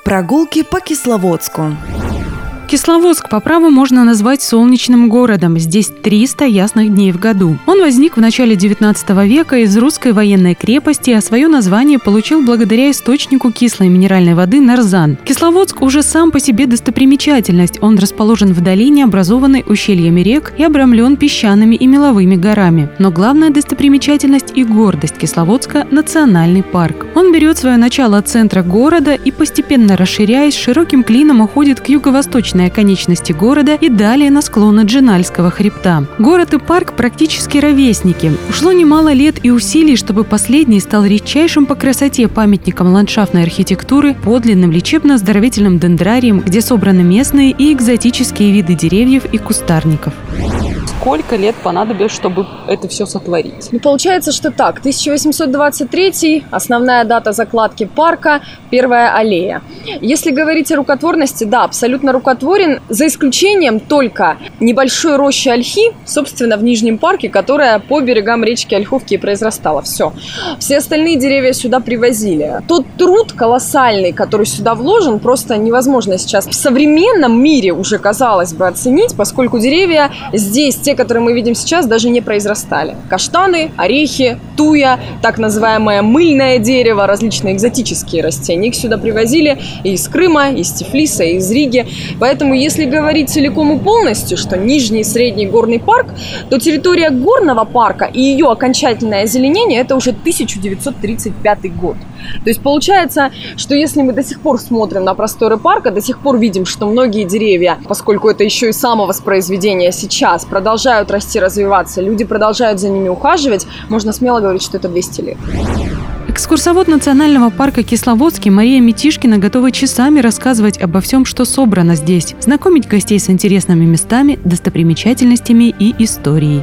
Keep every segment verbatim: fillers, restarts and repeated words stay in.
Прогулки по Кисловодску. Кисловодск по праву можно назвать солнечным городом. Здесь триста ясных дней в году. Он возник в начале девятнадцатого века из русской военной крепости, а свое название получил благодаря источнику кислой минеральной воды Нарзан. Кисловодск уже сам по себе достопримечательность. Он расположен в долине, образованной ущельями рек и обрамлен песчаными и меловыми горами. Но главная достопримечательность и гордость Кисловодска – национальный парк. Он берет свое начало от центра города и, постепенно расширяясь, широким клином уходит к юго-восточной оконечности города и далее на склоны Джинальского хребта. Город и парк практически ровесники. Ушло немало лет и усилий, чтобы последний стал редчайшим по красоте памятником ландшафтной архитектуры, подлинным лечебно-оздоровительным дендрарием, где собраны местные и экзотические виды деревьев и кустарников. Сколько лет понадобилось, чтобы это все сотворить? Ну, получается, что так. тысяча восемьсот двадцать третий, основная дата закладки парка, первая аллея. Если говорить о рукотворности, да, абсолютно рукотворен, за исключением только небольшой рощи ольхи, собственно, в Нижнем парке, которая по берегам речки Ольховки и произрастала. Все. Все остальные деревья сюда привозили. Тот труд колоссальный, который сюда вложен, просто невозможно сейчас в современном мире уже, казалось бы, оценить, поскольку деревья здесь, те, которые мы видим сейчас, даже не произрастали. Каштаны, орехи, туя, так называемое мыльное дерево, различные экзотические растения. Их сюда привозили и из Крыма, и из Тифлиса, и из Риги. Поэтому, если говорить целиком и полностью, что Нижний и Средний горный парк, то территория горного парка и ее окончательное озеленение – это уже тысяча девятьсот тридцать пятый год. То есть получается, что если мы до сих пор смотрим на просторы парка, до сих пор видим, что многие деревья, поскольку это еще и самовоспроизведение сейчас, продолжают расти, развиваться, люди продолжают за ними ухаживать, можно смело говорить, что это двести лет. Экскурсовод национального парка Кисловодский Мария Митишкина готова часами рассказывать обо всем, что собрано здесь, знакомить гостей с интересными местами, достопримечательностями и историей.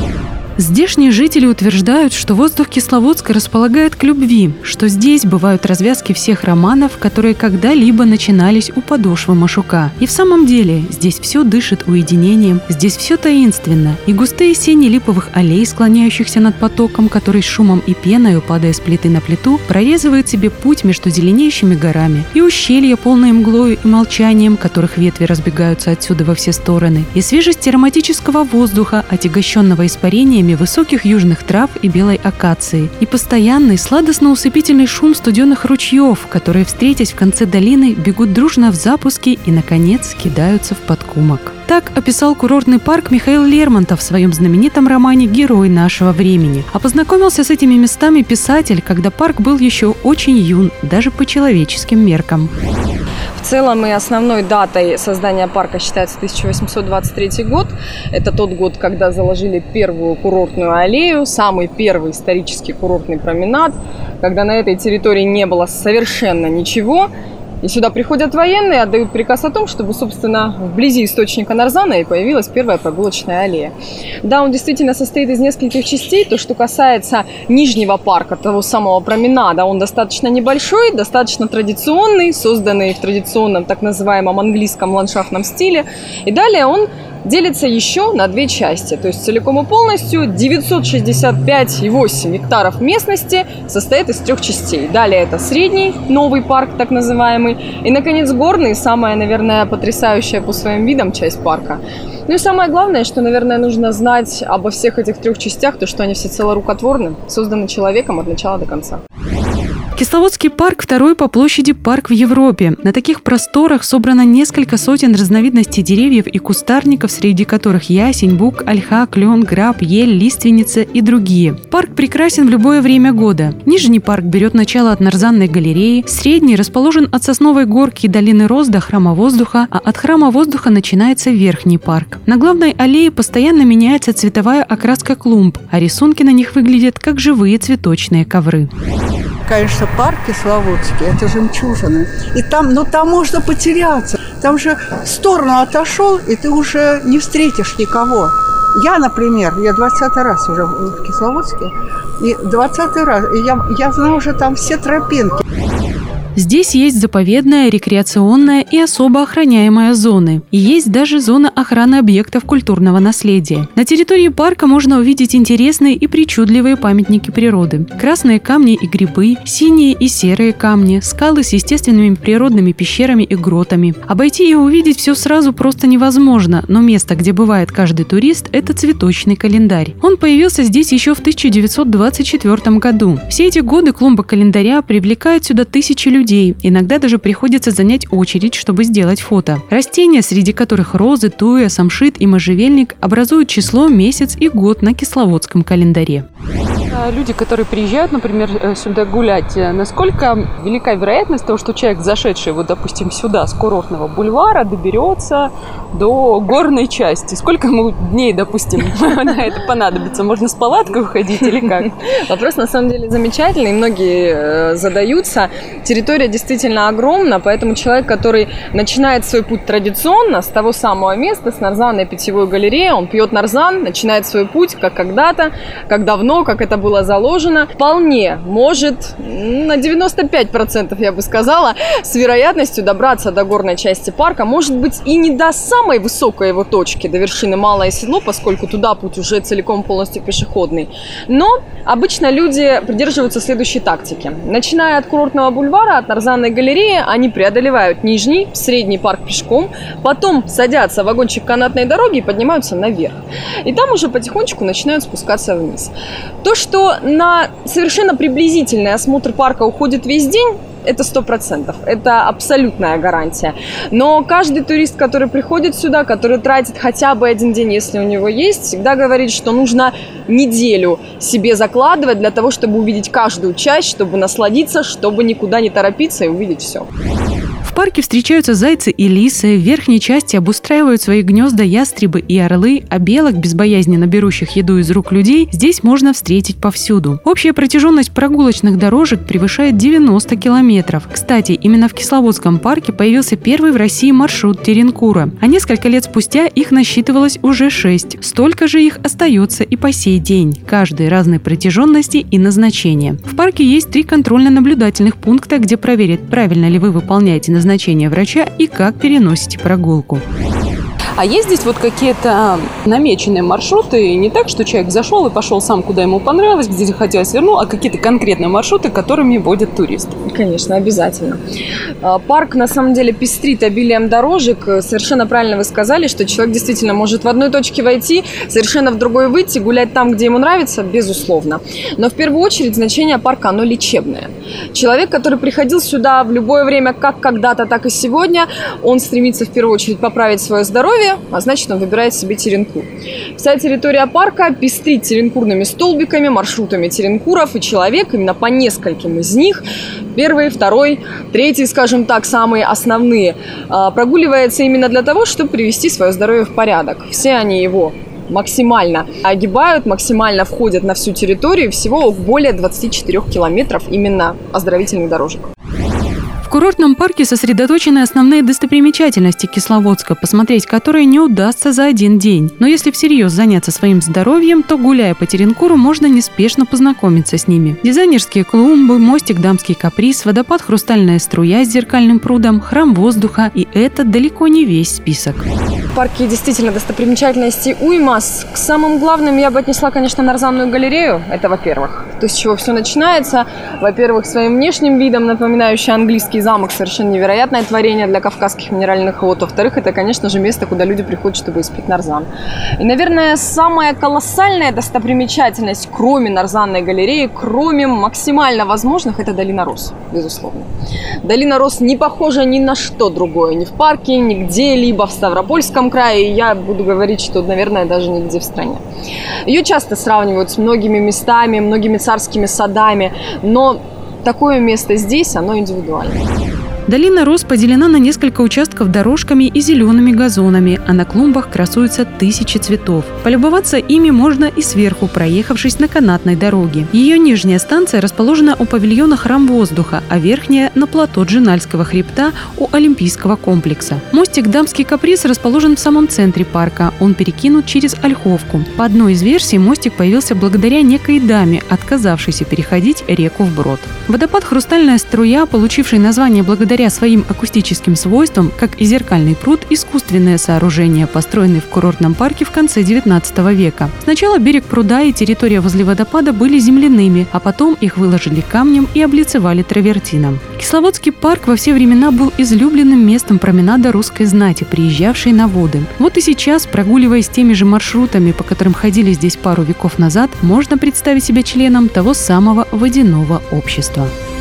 Здешние жители утверждают, что воздух Кисловодска располагает к любви, что здесь бывают развязки всех романов, которые когда-либо начинались у подошвы Машука. И в самом деле здесь все дышит уединением, здесь все таинственно. И густые сени липовых аллей, склоняющихся над потоком, который с шумом и пеною, падая с плиты на плиту, прорезывает себе путь между зеленеющими горами. И ущелья, полные мглою и молчанием, которых ветви разбегаются отсюда во все стороны. И свежесть ароматического воздуха, отягощенного испарениями высоких южных трав и белой акации, и постоянный сладостно-усыпительный шум студенных ручьев, которые, встретясь в конце долины, бегут дружно в запуске и, наконец, кидаются в подкумок. Так описал курортный парк Михаил Лермонтов в своем знаменитом романе «Герой нашего времени». А познакомился с этими местами писатель, когда парк был еще очень юн, даже по человеческим меркам. В целом и основной датой создания парка считается тысяча восемьсот двадцать третий год. Это тот год, когда заложили первую курортную аллею, самый первый исторический курортный променад, когда на этой территории не было совершенно ничего. И сюда приходят военные, отдают приказ о том, чтобы, собственно, вблизи источника Нарзана и появилась первая прогулочная аллея. Да, он действительно состоит из нескольких частей. То, что касается Нижнего парка, того самого променада, он достаточно небольшой, достаточно традиционный, созданный в традиционном так называемом английском ландшафтном стиле. И далее он делится еще на две части. То есть целиком и полностью девятьсот шестьдесят пять целых восемь десятых гектаров местности состоит из трех частей. Далее это средний новый парк, так называемый. И, наконец, горный, самая, наверное, потрясающая по своим видам часть парка. Ну и самое главное, что, наверное, нужно знать обо всех этих трех частях, то, что они всецело рукотворны, созданы человеком от начала до конца. Кисловодский парк – второй по площади парк в Европе. На таких просторах собрано несколько сотен разновидностей деревьев и кустарников, среди которых ясень, бук, ольха, клен, граб, ель, лиственница и другие. Парк прекрасен в любое время года. Нижний парк берет начало от Нарзанной галереи, средний расположен от Сосновой горки и долины Роз до Храма воздуха, а от Храма воздуха начинается Верхний парк. На главной аллее постоянно меняется цветовая окраска клумб, а рисунки на них выглядят как живые цветочные ковры. Конечно, парк Кисловодский – это жемчужина. И там, ну, там можно потеряться. Там же в сторону отошел, и ты уже не встретишь никого. Я, например, я двадцатый раз уже в Кисловодске, и двадцатый раз, и я, я знаю уже там все тропинки. Здесь есть заповедная, рекреационная и особо охраняемая зоны. И есть даже зона охраны объектов культурного наследия. На территории парка можно увидеть интересные и причудливые памятники природы. Красные камни и грибы, синие и серые камни, скалы с естественными природными пещерами и гротами. Обойти и увидеть все сразу просто невозможно, но место, где бывает каждый турист, это цветочный календарь. Он появился здесь еще в тысяча девятьсот двадцать четвёртом году. Все эти годы клумба календаря привлекает сюда тысячи людей. Иногда даже приходится занять очередь, чтобы сделать фото. Растения, среди которых розы, туя, самшит и можжевельник, образуют число, месяц и год на кисловодском календаре. Люди, которые приезжают, например, сюда гулять, насколько велика вероятность того, что человек, зашедший, вот, допустим, сюда с курортного бульвара, доберется до горной части? Сколько ему дней, допустим, на это понадобится? Можно с палаткой уходить или как? Вопрос на самом деле замечательный, многие задаются. Территория действительно огромна, поэтому человек, который начинает свой путь традиционно, с того самого места, с нарзанной питьевой галереи, он пьет нарзан, начинает свой путь, как когда-то, как давно, как это было заложено, вполне может на девяносто пять процентов, я бы сказала, с вероятностью добраться до горной части парка, может быть и не до самой высокой его точки, до вершины Малое Седло, поскольку туда путь уже целиком полностью пешеходный. Но обычно люди придерживаются следующей тактики. Начиная от курортного бульвара, от нарзанной галереи, они преодолевают нижний, средний парк пешком, потом садятся в вагончик канатной дороги и поднимаются наверх. И там уже потихонечку начинают спускаться вниз. То, что на совершенно приблизительный осмотр парка уходит весь день, это сто процентов. Это абсолютная гарантия. Но каждый турист, который приходит сюда, который тратит хотя бы один день, если у него есть, всегда говорит, что нужно неделю себе закладывать для того, чтобы увидеть каждую часть, чтобы насладиться, чтобы никуда не торопиться и увидеть все. В парке встречаются зайцы и лисы, в верхней части обустраивают свои гнезда ястребы и орлы, а белок, безбоязненно берущих еду из рук людей, здесь можно встретить повсюду. Общая протяженность прогулочных дорожек превышает девяносто километров. Кстати, именно в Кисловодском парке появился первый в России маршрут Теренкура, а несколько лет спустя их насчитывалось уже шесть. Столько же их остается и по сей день, каждой разной протяженности и назначения. В парке есть три контрольно-наблюдательных пункта, где проверят, правильно ли вы выполняете назначение назначение врача и как переносите прогулку. А есть здесь вот какие-то намеченные маршруты, не так, что человек зашел и пошел сам, куда ему понравилось, где захотел, свернул, а какие-то конкретные маршруты, которыми водят туристы? Конечно, обязательно. Парк, на самом деле, пестрит обилием дорожек. Совершенно правильно вы сказали, что человек действительно может в одной точке войти, совершенно в другой выйти, гулять там, где ему нравится, безусловно. Но в первую очередь значение парка, оно лечебное. Человек, который приходил сюда в любое время, как когда-то, так и сегодня, он стремится в первую очередь поправить свое здоровье, а значит, он выбирает себе Теренкур. Вся территория парка пестрит теренкурными столбиками, маршрутами теренкуров, и человек именно по нескольким из них, первый, второй, третий, скажем так, самые основные, прогуливается именно для того, чтобы привести свое здоровье в порядок. Все они его максимально огибают, максимально входят на всю территорию, всего более двадцати четырёх километров именно оздоровительных дорожек. В курортном парке сосредоточены основные достопримечательности Кисловодска, посмотреть которые не удастся за один день. Но если всерьез заняться своим здоровьем, то, гуляя по Теренкуру, можно неспешно познакомиться с ними. Дизайнерские клумбы, мостик «Дамский каприз», водопад «Хрустальная струя» с зеркальным прудом, храм воздуха. И это далеко не весь список. В парке действительно достопримечательностей уйма. К самым главным я бы отнесла, конечно, нарзанную галерею. Это, во-первых. То, с чего все начинается. Во-первых, своим внешним видом, напоминающий английский замок, совершенно невероятное творение для кавказских минеральных вод. Во-вторых, это, конечно же, место, куда люди приходят, чтобы испить нарзан. И, наверное, самая колоссальная достопримечательность, кроме нарзанной галереи, кроме максимально возможных, это долина роз, безусловно. Долина роз не похожа ни на что другое. Ни в парке, ни где-либо в Ставропольском крае. И я буду говорить, что, наверное, даже нигде в стране. Ее часто сравнивают с многими местами, многими царскими садами, но такое место здесь, оно индивидуально. Долина Роз поделена на несколько участков дорожками и зелеными газонами, а на клумбах красуются тысячи цветов. Полюбоваться ими можно и сверху, проехавшись на канатной дороге. Ее нижняя станция расположена у павильона «Храм воздуха», а верхняя – на плато Джинальского хребта у Олимпийского комплекса. Мостик «Дамский каприз» расположен в самом центре парка. Он перекинут через Ольховку. По одной из версий, мостик появился благодаря некой даме, отказавшейся переходить реку вброд. Водопад «Хрустальная струя», получивший название благодаря своим акустическим свойствам, как и зеркальный пруд, искусственное сооружение, построенное в курортном парке в конце девятнадцатого века. Сначала берег пруда и территория возле водопада были земляными, а потом их выложили камнем и облицевали травертином. Кисловодский парк во все времена был излюбленным местом променада русской знати, приезжавшей на воды. Вот и сейчас, прогуливаясь теми же маршрутами, по которым ходили здесь пару веков назад, можно представить себя членом того самого водяного общества.